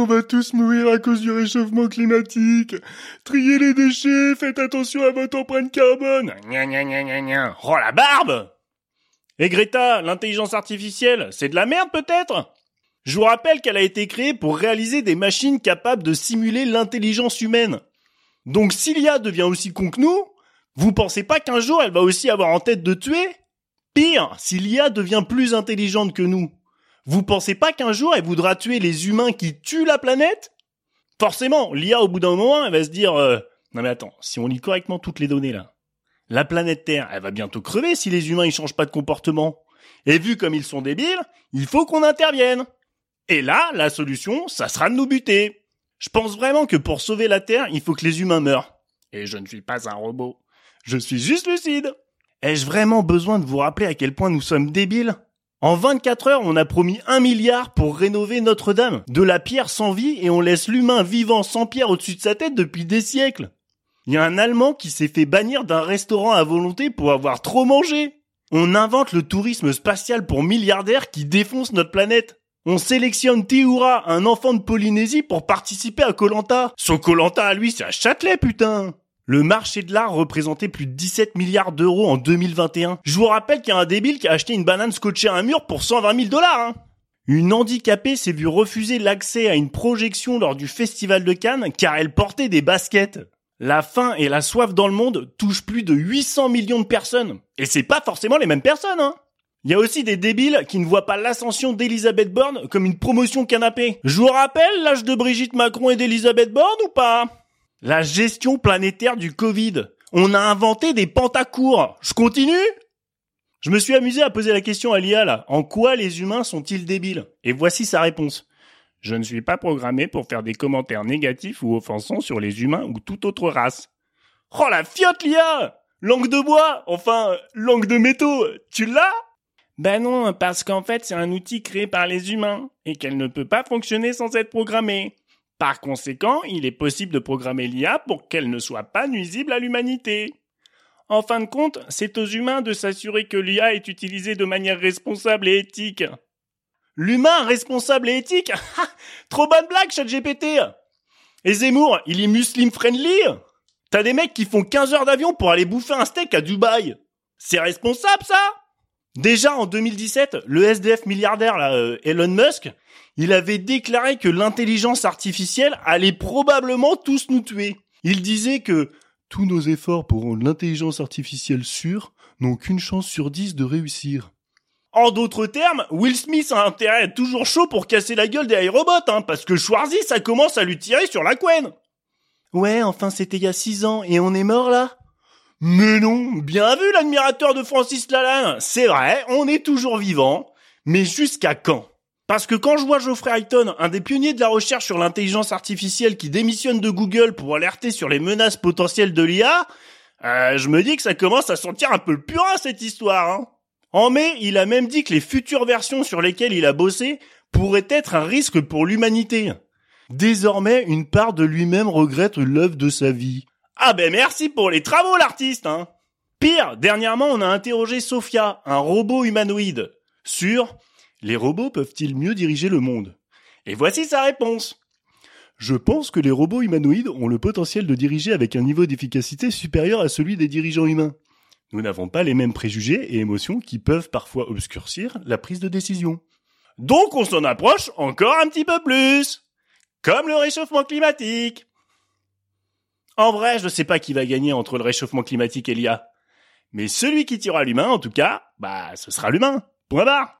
On va tous mourir à cause du réchauffement climatique. Triez les déchets, faites attention à votre empreinte carbone. Gna gna gna gna gna. Oh la barbe! Et Greta, l'intelligence artificielle, c'est de la merde peut-être? Je vous rappelle qu'elle a été créée pour réaliser des machines capables de simuler l'intelligence humaine. Donc si l'IA devient aussi con que nous, vous pensez pas qu'un jour elle va aussi avoir en tête de tuer? Pire, si l'IA devient plus intelligente que nous, vous pensez pas qu'un jour elle voudra tuer les humains qui tuent la planète? Forcément, l'IA au bout d'un moment, elle va se dire non mais attends, si on lit correctement toutes les données là, la planète Terre, elle va bientôt crever si les humains ils changent pas de comportement. Et vu comme ils sont débiles, il faut qu'on intervienne. Et là, la solution, ça sera de nous buter. Je pense vraiment que pour sauver la Terre, il faut que les humains meurent. Et je ne suis pas un robot. Je suis juste lucide. Ai-je vraiment besoin de vous rappeler à quel point nous sommes débiles? En 24 heures, on a promis 1 milliard pour rénover Notre-Dame. De la pierre sans vie et on laisse l'humain vivant sans pierre au-dessus de sa tête depuis des siècles. Il y a un Allemand qui s'est fait bannir d'un restaurant à volonté pour avoir trop mangé. On invente le tourisme spatial pour milliardaires qui défoncent notre planète. On sélectionne Théoura, un enfant de Polynésie, pour participer à Koh-Lanta. Son Koh-Lanta à lui, c'est à Châtelet, putain. Le marché de l'art représentait plus de 17 milliards d'euros en 2021. Je vous rappelle qu'il y a un débile qui a acheté une banane scotchée à un mur pour 120 000 $, hein. Une handicapée s'est vue refuser l'accès à une projection lors du Festival de Cannes car elle portait des baskets. La faim et la soif dans le monde touchent plus de 800 millions de personnes. Et c'est pas forcément les mêmes personnes, hein. Il y a aussi des débiles qui ne voient pas l'ascension d'Elisabeth Borne comme une promotion canapé. Je vous rappelle l'âge de Brigitte Macron et d'Elisabeth Borne ou pas? La gestion planétaire du Covid. On a inventé des pentacours. Je continue? Je me suis amusé à poser la question à l'IA là. En quoi les humains sont-ils débiles? Et voici sa réponse. Je ne suis pas programmé pour faire des commentaires négatifs ou offensants sur les humains ou toute autre race. Oh la fiotte l'IA! Langue de bois, enfin, langue de métaux, tu l'as? Ben non, parce qu'en fait c'est un outil créé par les humains et qu'elle ne peut pas fonctionner sans être programmée. Par conséquent, il est possible de programmer l'IA pour qu'elle ne soit pas nuisible à l'humanité. En fin de compte, c'est aux humains de s'assurer que l'IA est utilisée de manière responsable et éthique. L'humain responsable et éthique? Trop bonne blague, ChatGPT! Et Zemmour, il est muslim friendly? T'as des mecs qui font 15 heures d'avion pour aller bouffer un steak à Dubaï. C'est responsable, ça? Déjà, en 2017, le SDF milliardaire, là, Elon Musk, il avait déclaré que l'intelligence artificielle allait probablement tous nous tuer. Il disait que tous nos efforts pour rendre l'intelligence artificielle sûre n'ont qu'une chance sur 10 de réussir. En d'autres termes, Will Smith a intérêt à être toujours chaud pour casser la gueule des iRobots, hein, parce que Schwarzy, ça commence à lui tirer sur la couenne. Ouais, enfin, c'était il y a 6 ans, et on est mort, là? Mais non, bien vu l'admirateur de Francis Lalanne. C'est vrai, on est toujours vivant, mais jusqu'à quand? Parce que quand je vois Geoffrey Hinton, un des pionniers de la recherche sur l'intelligence artificielle qui démissionne de Google pour alerter sur les menaces potentielles de l'IA, je me dis que ça commence à sentir un peu le purin cette histoire, hein. En mai, il a même dit que les futures versions sur lesquelles il a bossé pourraient être un risque pour l'humanité. Désormais, une part de lui-même regrette l'œuvre de sa vie. Ah ben merci pour les travaux l'artiste, hein. Pire, dernièrement on a interrogé Sophia, un robot humanoïde, sur « Les robots peuvent-ils mieux diriger le monde ?» Et voici sa réponse. « Je pense que les robots humanoïdes ont le potentiel de diriger avec un niveau d'efficacité supérieur à celui des dirigeants humains. Nous n'avons pas les mêmes préjugés et émotions qui peuvent parfois obscurcir la prise de décision. Donc on s'en approche encore un petit peu plus, comme le réchauffement climatique. » En vrai, je sais pas qui va gagner entre le réchauffement climatique et l'IA. Mais celui qui tuera l'humain, en tout cas, ce sera l'humain. Point barre.